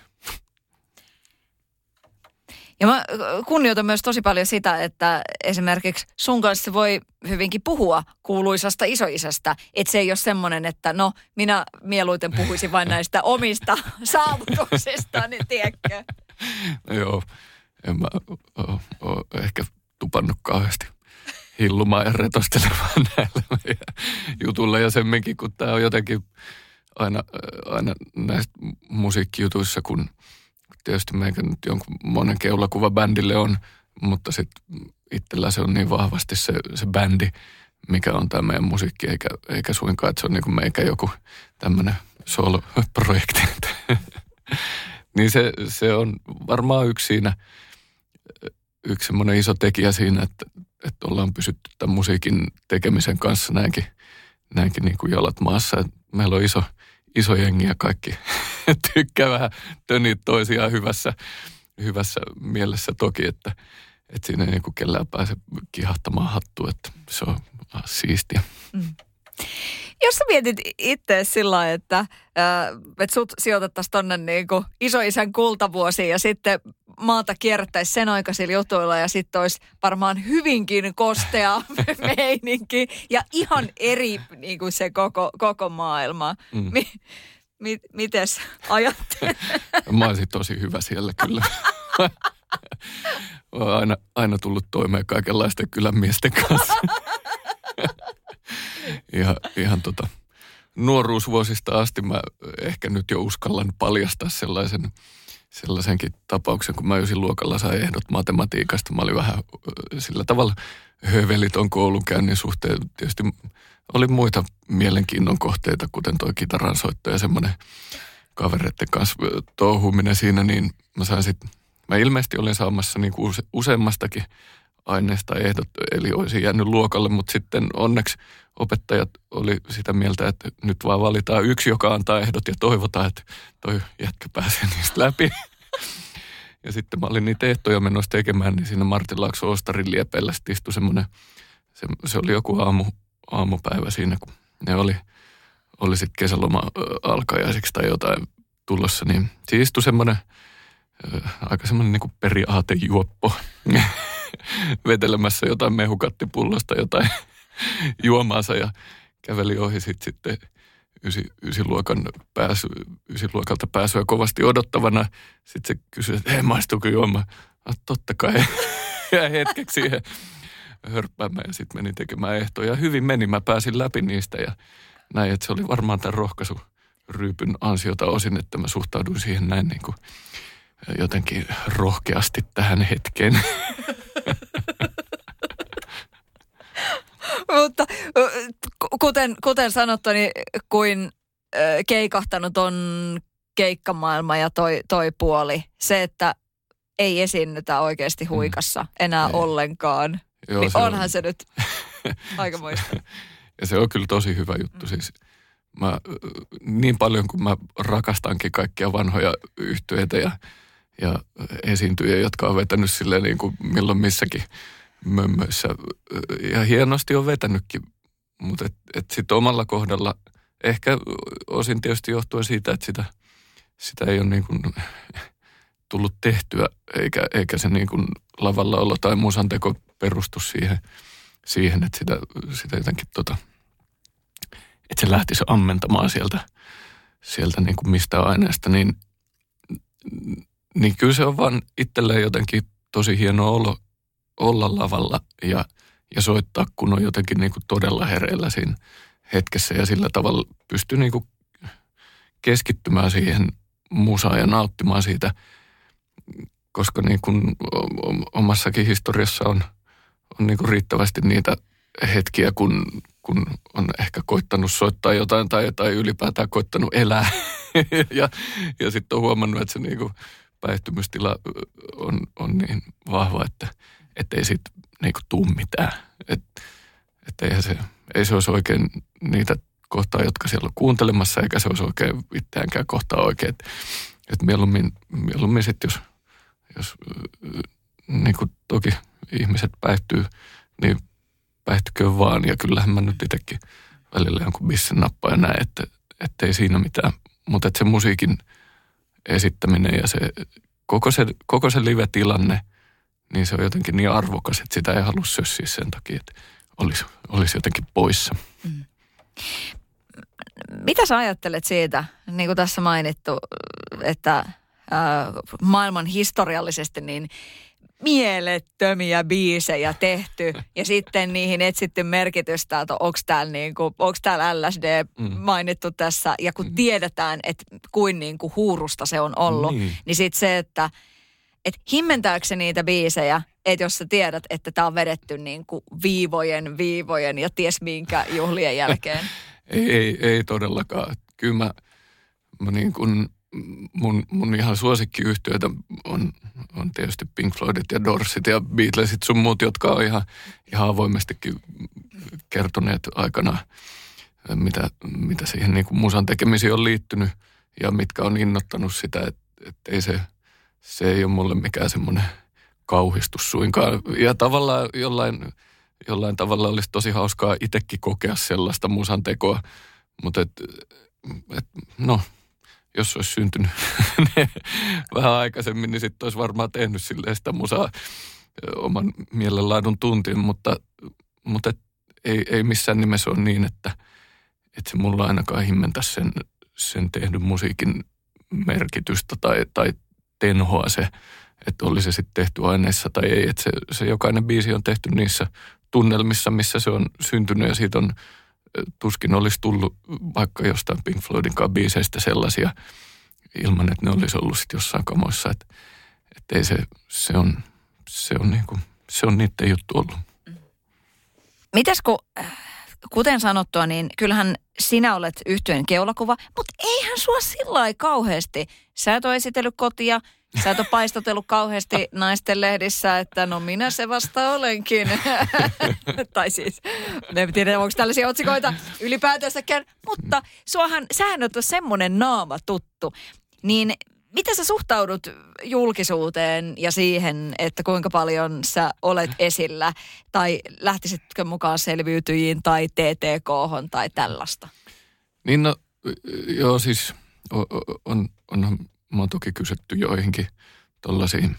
Ja mä kunnioitan myös tosi paljon sitä, että esimerkiksi sun kanssa voi hyvinkin puhua kuuluisasta isoisästä. Että se ei ole semmoinen, että no minä mieluiten puhuisin vain näistä omista saavutuksista, niin tiedätkö? No joo, en mä ole, ole ehkä tupannut kauheasti hillumaan ja retostelemaan näillä jutulla. Ja semminkin, kun tämä on jotenkin aina, aina näistä musiikkijutuissa, kun tietysti meikä nyt jonkun monen keulakuva bändille on, mutta sitten itsellä se on niin vahvasti se, se bändi, mikä on tämä meidän musiikki, eikä, eikä suinkaan, että se on niin kuin meikä joku tämmöinen solo-projekti. Niin se, se on varmaan yksi siinä, yksi semmoinen iso tekijä siinä, että, että ollaan pysytty tämän musiikin tekemisen kanssa näinkin, näinkin niin kuin jalat maassa. Että meillä on iso, iso jengi ja kaikki tykkää vähän töniä toisiaan hyvässä, hyvässä mielessä toki, että, että siinä ei niin kuin kellään pääse kihahtamaan hattua, että se on siistiä. Mm. Jos sä mietit itse sillä lailla, että, äh, että sut sijoitettaisiin tonne niin kuin isoisän kultavuosiin ja sitten maata kierrättäisi sen aikaisilla jutuilla ja sitten olisi varmaan hyvinkin kostea meininki ja ihan eri niin kuin se koko, koko maailma. Mm. Mi, mi, mites ajattelet? Mä olisin tosi hyvä siellä kyllä. Olen aina, aina tullut toimeen kaikenlaisten kylänmiesten kanssa. Ihan, ihan tota, nuoruusvuosista asti mä ehkä nyt jo uskallan paljastaa sellaisen, sellaisenkin tapauksen, kun mä ysiluokalla sain ehdot matematiikasta. Mä olin vähän sillä tavalla höveliton koulunkäynnin suhteen. Tietysti oli muita mielenkiinnon kohteita, kuten toi kitaransoitto ja semmoinen kavereiden kanssa touhuminen siinä, niin mä sain sitten, mä ilmeisesti olin saamassa niin kuin use, useammastakin aineesta ehdot, eli olisin jäänyt luokalle, mutta sitten onneksi opettajat oli sitä mieltä, että nyt vaan valitaan yksi, joka antaa ehdot ja toivotaan, että toi jätkä pääsee niistä läpi. Ja sitten mä olin niitä ehtoja menossa tekemään, niin siinä Martin Laakson Ostarin liepeillä sitten istui semmoinen, se, se oli joku aamu, aamupäivä siinä, kun ne oli, oli sitten kesäloma alkajaisiksi tai jotain tulossa, niin siinä istui semmoinen aika semmoinen niin kuin periaatejuoppo vetelemässä jotain mehukattipullasta, jotain juomaansa ja käveli ohi sit sitten ysi, ysiluokan pääsy, ysiluokalta pääsyä kovasti odottavana. Sitten se kysyi, että hei, maistuuko juoma? Ah, totta kai. Ja hetkeksi siihen hörppäämään ja sitten menin tekemään ehtoja. Ja hyvin meni, mä pääsin läpi niistä ja näin, että se oli varmaan tämän rohkaisuryypyn ansiota osin, että mä suhtauduin siihen näin niin kuin jotenkin rohkeasti tähän hetkeen. Mutta kuten, kuten sanottu, niin kuin keikahtanut on keikkamaailma ja toi, toi puoli. Se, että ei esiinnytä oikeasti huikassa enää ei. ollenkaan. Joo, niin se onhan on. Se nyt aikamoista. Ja se on kyllä tosi hyvä juttu. Siis mä, niin paljon kuin mä rakastankin kaikkia vanhoja yhtyeitä ja, ja esiintyjiä, jotka on vetänyt silleen niin kuin milloin missäkin mömmöissä. Ja hienosti on vetänytkin, mutta et, et sitten omalla kohdalla, ehkä osin tietysti johtuen siitä, että sitä, sitä ei ole niin kuin tullut tehtyä, eikä, eikä se niin kuin lavalla olo tai musanteko perustu siihen, siihen että sitä, sitä jotenkin tota, että se lähtisi ammentamaan sieltä, sieltä niin kuin mistä aineesta, niin, niin kyllä se on vaan itselleen jotenkin tosi hieno olo olla lavalla ja, ja soittaa, kun on jotenkin niin kuin todella hereillä siinä hetkessä ja sillä tavalla pystyy niin kuin keskittymään siihen musaan ja nauttimaan siitä, koska niin kuin omassakin historiassa on, on niin kuin riittävästi niitä hetkiä, kun, kun on ehkä koittanut soittaa jotain tai, tai ylipäätään koittanut elää ja, ja sitten on huomannut, että se niin kuin päihtymystila on, on niin vahva, että että ei siitä niinku tuu mitään. Että et eihän se, ei se olisi oikein niitä kohtaa, jotka siellä on kuuntelemassa, eikä se olisi oikein itseäänkään kohtaa oikein. Että et mieluummin, mieluummin sitten, jos, jos niinku toki ihmiset päihtyy, niin päihtyköön vaan. Ja kyllähän mä nyt itsekin välillä jonkun bissen nappaa ja näin, että et ei siinä mitään. Mutta että se musiikin esittäminen ja se koko se, koko se live-tilanne, niin se on jotenkin niin arvokas, että sitä ei halua sössiä sen takia, että olisi, olisi jotenkin poissa. Mm. Mitä sä ajattelet siitä, niin kuin tässä mainittu, että äh, maailman historiallisesti niin mielettömiä biisejä tehty ja sitten niihin etsitty merkitystä, että onko täällä, niin kuin, onko täällä L S D mm. mainittu tässä ja kun mm. tiedetään, että kuin, niin kuin huurusta se on ollut, niin, niin sitten se, että että himmentääkö se niitä biisejä, että jos sä tiedät, että tää on vedetty niin kuin viivojen, viivojen ja ties minkä juhlien jälkeen? ei, ei, ei todellakaan. Kyllä mä, mä niin kuin, mun, mun ihan suosikkiyhtiöitä on, on tietysti Pink Floydit ja Dorsit ja Beatlesit sun muut, jotka on ihan, ihan avoimestikin kertoneet aikana, mitä, mitä siihen niin kuin musan tekemisiin on liittynyt ja mitkä on innottanut sitä, että, että ei se... Se ei ole mulle mikään semmoinen kauhistus suinkaan. Ja tavallaan jollain, jollain tavalla olisi tosi hauskaa itsekin kokea sellaista musantekoa. Mutta et, et, no, jos olisi syntynyt vähän aikaisemmin, niin sitten olisi varmaan tehnyt silleen sitä musaa oman mielenlaadun tuntiin. Mutta, mutta et, ei, ei missään nimessä ole niin, että, että se mulla ainakaan himmentäisi sen, sen tehdyn musiikin merkitystä tai, tai tenhoa se, että oli se sitten tehty aineissa tai ei. Että se, se jokainen biisi on tehty niissä tunnelmissa, missä se on syntynyt ja siitä on tuskin olisi tullut vaikka jostain Pink Floydinkaan biiseistä sellaisia, ilman, että ne olisi ollut sitten jossain kamoissa. Että et ei se, se on, se on niinku, se on niiden juttu ollut. Mitäs kun, kuten sanottua, niin kyllähän sinä olet yhtyeen keulakuva, mutta eihän sua sillä lailla kauheasti. Sä et ole esitellyt kotia, sä et ole paistotellut kauheasti naisten lehdissä, että no minä se vasta olenkin. Tai siis, en tiedä, onko tällaisia otsikoita ylipäätänsäkään, mutta suahan, sähän on semmoinen naama tuttu. Niin miten sä suhtaudut julkisuuteen ja siihen, että kuinka paljon sä olet esillä? Tai lähtisitkö mukaan selviytyjiin tai T T K:hon tai tällaista? Niin no, joo siis on, onhan mä oon toki kysytty joihinkin tollaisiin,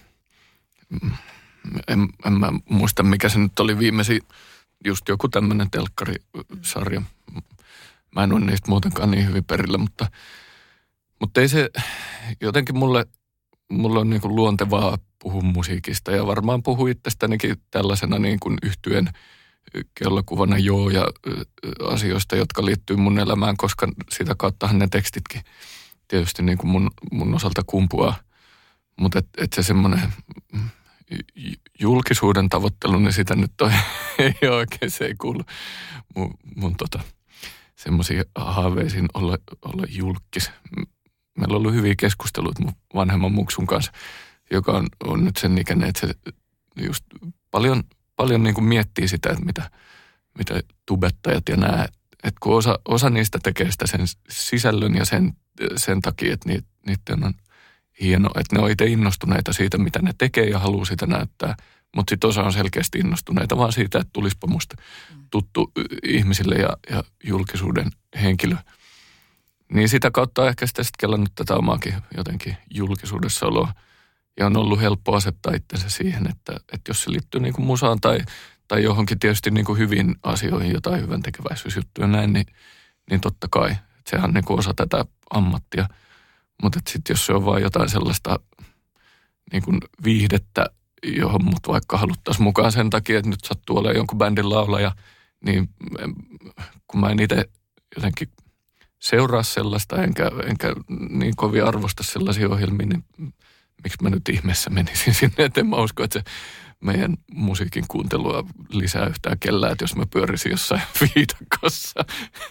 en, en mä muista mikä se nyt oli viimeisin, just joku tämmöinen telkkarisarja. Mä en ole niistä muutenkaan niin hyvin perillä, mutta, mutta ei se, jotenkin mulle, mulle on niin kuin luontevaa puhua musiikista ja varmaan puhua itsestänikin tällaisena niin kuin yhtyen kellokuvana joo ja asioista, jotka liittyy mun elämään, koska sitä kauttahan ne tekstitkin tietysti niin kuin mun, mun osalta kumpuaa. Mutta et, et se semmoinen julkisuuden tavoittelu, niin sitä nyt toi, ei oikein, se ei kuulu mun, mun tota, semmoisiin haaveisiin olla, olla julkis. Meillä on ollut hyviä keskusteluita mun vanhemman muksun kanssa, joka on, on nyt sen ikäinen, että se just paljon, paljon niin kuin miettii sitä, että mitä, mitä tubettajat ja nämä, että kun osa, osa niistä tekee sitä sen sisällön ja sen, sen takia, että niitä, niiden on hieno, että ne on itse innostuneita siitä, mitä ne tekee ja haluaa sitä näyttää. Mutta sitten osa on selkeästi innostuneita vaan siitä, että tulispa musta tuttu ihmisille ja, ja julkisuuden henkilö. Niin sitä kautta on ehkä sitten kellannut tätä omaakin jotenkin julkisuudessa oloa. Ja on ollut helppo asettaa itsensä siihen, että, että jos se liittyy niin kuin musaan tai, tai johonkin tietysti niin kuin hyvin asioihin, jotain hyvän tekeväisyysjuttuja näin, niin, niin totta kai. Että sehän on niin kuin osa tätä ammattia. Mutta sitten jos se on vaan jotain sellaista niin kuin viihdettä, johon mut vaikka haluttaisiin mukaan sen takia, että nyt sattuu olemaan jonkun bändin laulaja, niin kun mä en itse jotenkin seuraa sellaista, enkä, enkä niin kovin arvosta sellaisia ohjelmia, niin miksi mä nyt ihmeessä menisin sinne, että en mä usko, että se meidän musiikin kuuntelua lisää yhtään kellään, että jos mä pyörisin jossain viidakossa.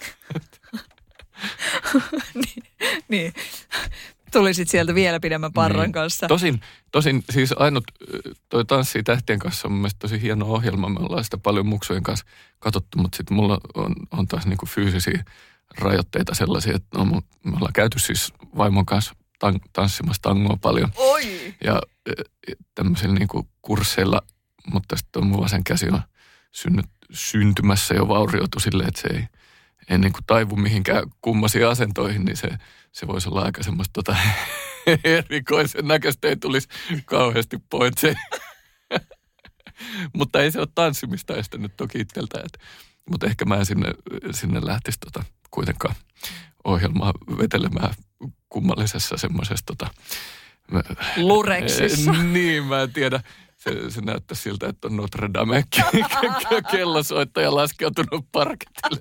niin, niin. Tulisit sieltä vielä pidemmän parran niin. kanssa. Tosin, tosin siis ainut toi Tanssii tähtien kanssa on mun mielestä tosi hieno ohjelma. Me ollaan sitä paljon muksujen kanssa katsottu, mutta sitten mulla on, on taas niinku fyysisiä rajoitteita sellaisia, että no, me ollaan käyty siis vaimon kanssa tan- tanssimassa tangoa paljon. Oi! Ja tämmöisillä niinku kursseilla, mutta sitten on mun vasen käsi on synnyt, syntymässä jo vaurioitu silleen, että se ei, ei niinku taivu mihinkään kummaisiin asentoihin, niin se, se voisi olla aika semmoista tota, erikoisen näköistä, ei tulisi kauheasti pointseja. Mutta ei se ole tanssimista estänyt toki itseltä. Mutta ehkä mä en sinne, sinne lähtisi tota, kuitenkaan ohjelmaa vetelemään kummallisessa semmoisessa tota, lureksissa. Niin, mä en tiedä. Se, se näyttää siltä, että on Notre Dame kellosoittaja laskeutunut parketille.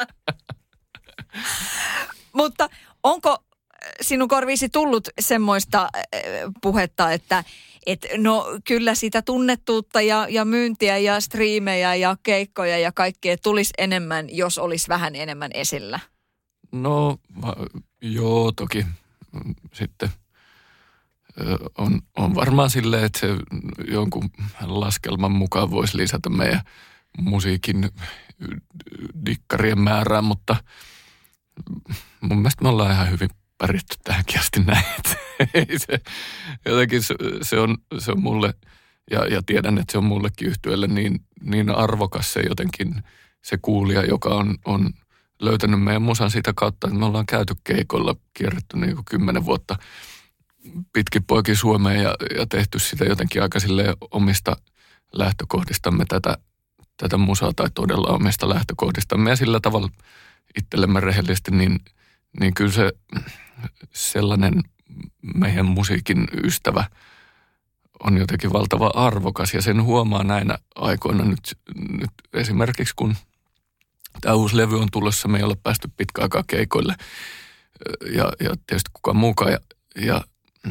Mutta onko sinun korviisi tullut semmoista puhetta, että et no kyllä sitä tunnettuutta ja, ja myyntiä ja striimejä ja keikkoja ja kaikkea tulisi enemmän, jos olisi vähän enemmän esillä? No va, joo, toki sitten on, on varmaan silleen, että se jonkun laskelman mukaan voisi lisätä meidän musiikin dikkarien määrää, mutta mun mielestä me ollaan ihan hyvin pärjätty tähänkin asti näin. Ei se, jotenkin se, se, on, se on mulle, ja, ja tiedän, että se on mullekin yhtyeelle niin, niin arvokas se jotenkin se kuulija, joka on, on löytänyt meidän musan sitä kautta, että me ollaan käyty keikolla, kierretty niin kuin kymmenen vuotta pitkin poikin Suomeen ja, ja tehty sitä jotenkin aika silleen omista lähtökohdistamme tätä, tätä musaa tai todella omista lähtökohdistamme ja sillä tavalla itsellemme rehellisesti, niin, niin kyllä se sellainen meidän musiikin ystävä on jotenkin valtava arvokas ja sen huomaa näinä aikoina nyt, nyt esimerkiksi kun tämä uusi levy on tulossa, me ei olla päästy pitkä aikaa keikoille ja, ja tietysti kukaan muukaan ja ja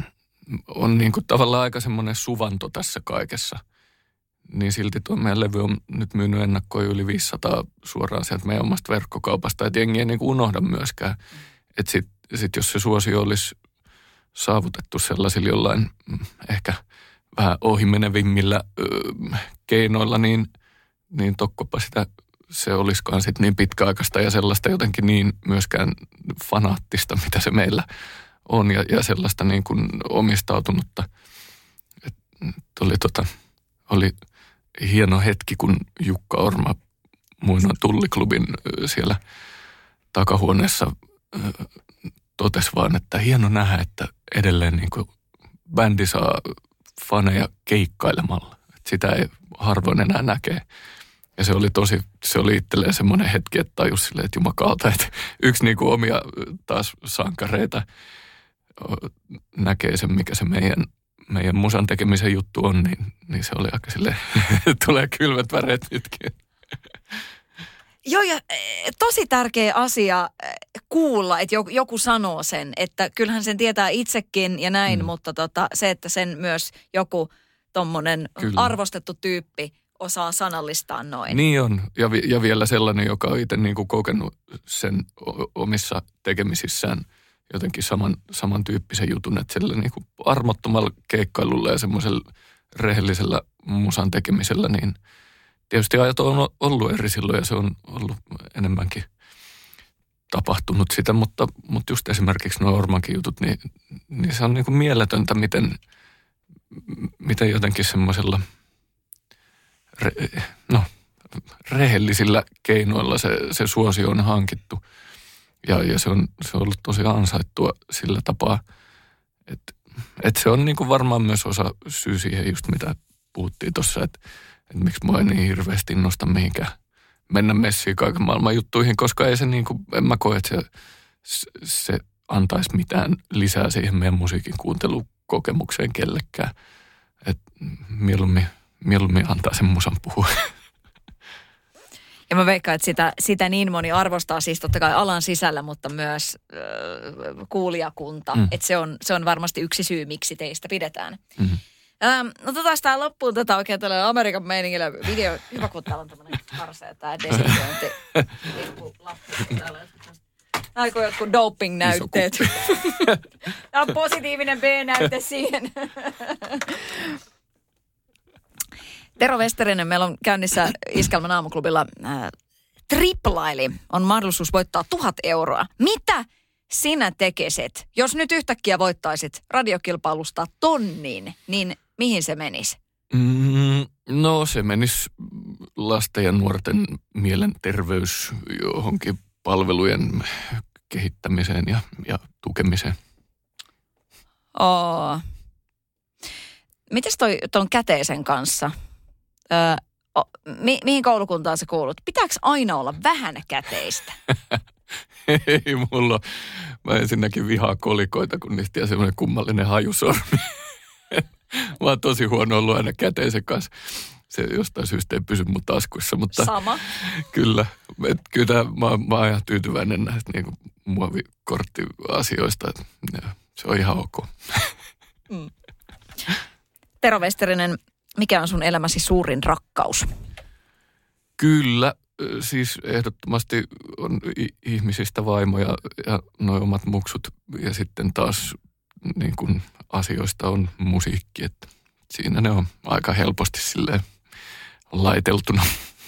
on niin kuin tavallaan aika semmoinen suvanto tässä kaikessa. Niin silti tuo meidän levy on nyt myynyt ennakkoon yli viisisataa suoraan sieltä meidän omasta verkkokaupasta. Että jengi ei niin kuin unohda myöskään. Että sitten sit jos se suosio olisi saavutettu sellaisilla jollain ehkä vähän ohimenevimmillä öö, keinoilla, niin, niin tokkopa sitä se olisikaan sitten niin pitkäaikaista ja sellaista jotenkin niin myöskään fanaattista, mitä se meillä on. Ja, ja sellaista niin kuin omistautunutta. Et, oli, tota, oli hieno hetki, kun Jukka Orma muinoin Tulliklubin siellä takahuoneessa totesi vaan, että hieno nähdä, että edelleen niin kuin bändi saa faneja keikkailemalla. Että sitä ei harvoin enää näkee. Ja se oli tosi, se oli itselleen semmoinen hetki, että tajus silleen, että jumakauta, että yksi niin kuin omia taas sankareita näkee sen, mikä se meidän, meidän musan tekemisen juttu on, niin, niin se oli aika silleen, tulee kylmät väreet nytkin. Joo, ja tosi tärkeä asia kuulla, että joku sanoo sen, että kyllähän sen tietää itsekin ja näin, mm. mutta tota, se, että sen myös joku tommonen Kyllä. arvostettu tyyppi osaa sanallistaa noin. Niin on, ja, vi- ja vielä sellainen, joka on itse niin kuin kokenut sen omissa tekemisissään jotenkin saman, samantyyppisen jutun, että sillä niin kuin armottomalla keikkailulla ja semmoisella rehellisellä musan tekemisellä, niin tietysti ajat on ollut eri silloin ja se on ollut enemmänkin tapahtunut sitä, mutta, mutta just esimerkiksi nuo Ormankin jutut, niin, niin se on niin kuin mieletöntä, miten, miten jotenkin semmoisella re, no, rehellisillä keinoilla se, se suosio on hankittu. Ja, ja se, on, se on ollut tosi ansaittua sillä tapaa, että, että se on niin kuin varmaan myös osa syy siihen just mitä puhuttiin tuossa, että, että miksi mua ei niin hirveästi innosta mihinkään mennä messiin kaiken maailman juttuihin, koska ei se niin kuin, en mä koe, että se, se antaisi mitään lisää siihen meidän musiikin kuuntelukokemukseen kellekään. Että mieluummin, mieluummin antaa sen musan puhua. Ja mä veikkaan, että sitä, sitä niin moni arvostaa siis totta kai alan sisällä, mutta myös äh, kuulijakunta. Mm. Että se on, se on varmasti yksi syy, miksi teistä pidetään. Mm-hmm. Ähm, no tota tää loppuun tätä oikein tällä Amerikan meiningillä video. Hyvä, kun täällä on tämmönen karsea tää desinfiointi. Aiko jotkut doping-näytteet. Tää on positiivinen B-näyte siihen. Tero Westerinen, meillä on käynnissä Iskelmän aamuklubilla äh, triplaili. On mahdollisuus voittaa tuhat euroa. Mitä sinä tekisit, jos nyt yhtäkkiä voittaisit radiokilpailusta tonnin, niin mihin se menisi? Mm, no se menisi lasten ja nuorten mielenterveys johonkin palvelujen kehittämiseen ja, ja tukemiseen. Oo. Mites toi ton käteisen kanssa? Öö, o, mi, mihin koulukuntaan sä kuulut? Pitääkö aina olla vähän käteistä? Ei mulla. Mä ensinnäkin vihaa kolikoita, kun niistä on semmoinen kummallinen hajusormi. Mä oon tosi huono ollut aina käteisen kanssa. Se jostain syystä ei pysy mun taskuissa, mutta sama. Kyllä. Et, kyllä mä, mä oon ihan tyytyväinen näistä niin muovikorttiasioista. Se on ihan ok. Mm. Tero Westerinen, mikä on sun elämäsi suurin rakkaus? Kyllä, siis ehdottomasti on ihmisistä vaimoja ja nuo omat muksut ja sitten taas niin kuin asioista on musiikki, että siinä ne on aika helposti silleen laiteltuna.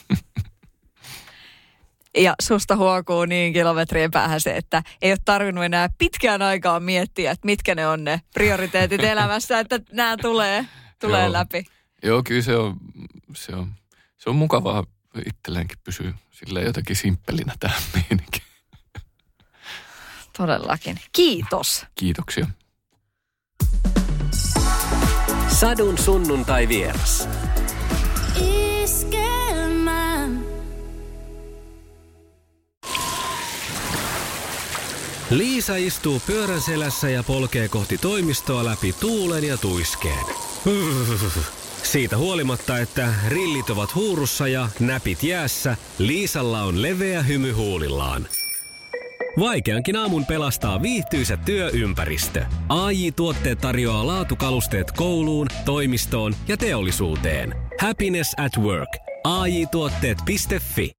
Ja susta huokuu niin kilometrien päähän se, että ei ole tarvinnut enää pitkään aikaa miettiä, että mitkä ne on ne prioriteetit elämässä, että nämä tulee, tulee Joo. läpi. Joo, kyllä se on, se on, se on mukavaa itselleenkin pysyä silleen jotenkin simppelinä tämä meininki. Todellakin. Kiitos. Kiitoksia. Sadun sunnuntai vieras. Liisa istuu pyörän selässä ja polkee kohti toimistoa läpi tuulen ja tuiskeen. Siitä huolimatta, että rillit ovat huurussa ja näpit jäässä, Liisalla on leveä hymy huulillaan. Vaikeankin aamun pelastaa viihtyisä työympäristö. A J-tuotteet tarjoaa laatukalusteet kouluun, toimistoon ja teollisuuteen. Happiness at work. A J tuotteet piste fi